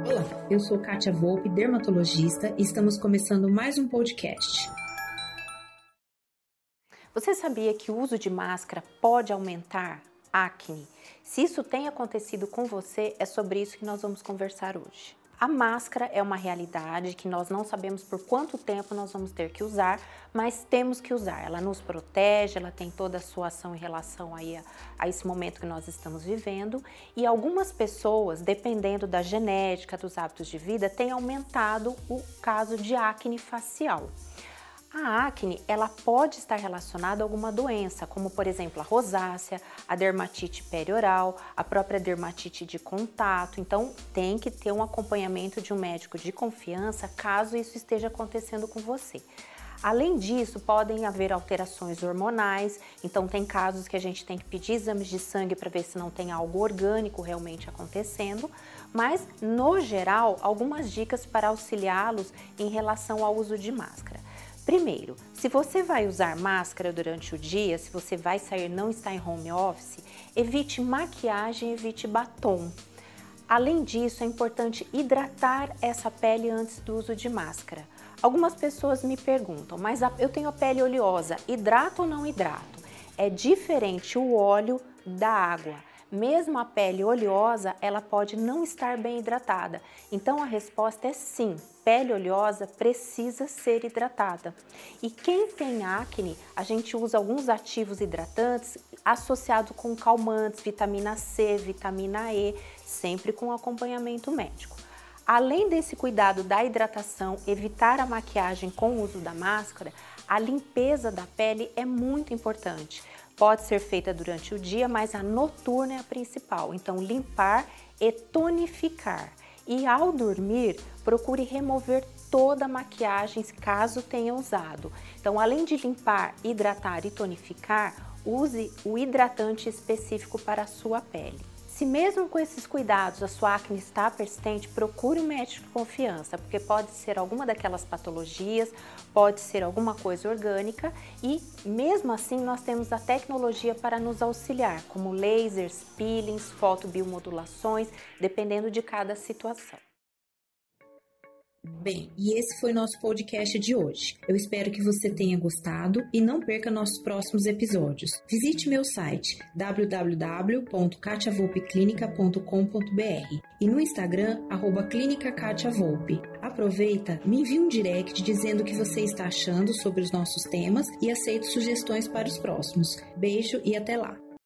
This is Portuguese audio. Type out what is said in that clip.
Olá, eu sou Kátia Volpe, dermatologista, e estamos começando mais um podcast. Você sabia que o uso de máscara pode aumentar acne? Se isso tem acontecido com você, é sobre isso que nós vamos conversar hoje. A máscara é uma realidade que nós não sabemos por quanto tempo nós vamos ter que usar, mas temos que usar. Ela nos protege, ela tem toda a sua ação em relação a esse momento que nós estamos vivendo. E algumas pessoas, dependendo da genética, dos hábitos de vida, têm aumentado o caso de acne facial. A acne, ela pode estar relacionada a alguma doença, como por exemplo a rosácea, a dermatite perioral, a própria dermatite de contato. Então tem que ter um acompanhamento de um médico de confiança caso isso esteja acontecendo com você. Além disso, podem haver alterações hormonais, então tem casos que a gente tem que pedir exames de sangue para ver se não tem algo orgânico realmente acontecendo, mas no geral, algumas dicas para auxiliá-los em relação ao uso de máscara. Primeiro, se você vai usar máscara durante o dia, se você vai sair, não está em home office, evite maquiagem, evite batom. Além disso, é importante hidratar essa pele antes do uso de máscara. Algumas pessoas me perguntam, mas eu tenho a pele oleosa, hidrato ou não hidrato? É diferente o óleo da água. Mesmo a pele oleosa, ela pode não estar bem hidratada. Então a resposta é sim, pele oleosa precisa ser hidratada. E quem tem acne, a gente usa alguns ativos hidratantes associados com calmantes, vitamina C, vitamina E, sempre com acompanhamento médico. Além desse cuidado da hidratação, evitar a maquiagem com o uso da máscara, a limpeza da pele é muito importante. Pode ser feita durante o dia, mas a noturna é a principal. Então, limpar e tonificar. E ao dormir, procure remover toda a maquiagem, caso tenha usado. Então, além de limpar, hidratar e tonificar, use o hidratante específico para a sua pele. Se mesmo com esses cuidados a sua acne está persistente, procure um médico de confiança, porque pode ser alguma daquelas patologias, pode ser alguma coisa orgânica e mesmo assim nós temos a tecnologia para nos auxiliar, como lasers, peelings, fotobiomodulações, dependendo de cada situação. Bem, e esse foi nosso podcast de hoje. Eu espero que você tenha gostado e não perca nossos próximos episódios. Visite meu site www.katiavolpeclinica.com.br e no Instagram @clinicakatiavolpe. Aproveita, me envie um direct dizendo o que você está achando sobre os nossos temas e aceito sugestões para os próximos. Beijo e até lá!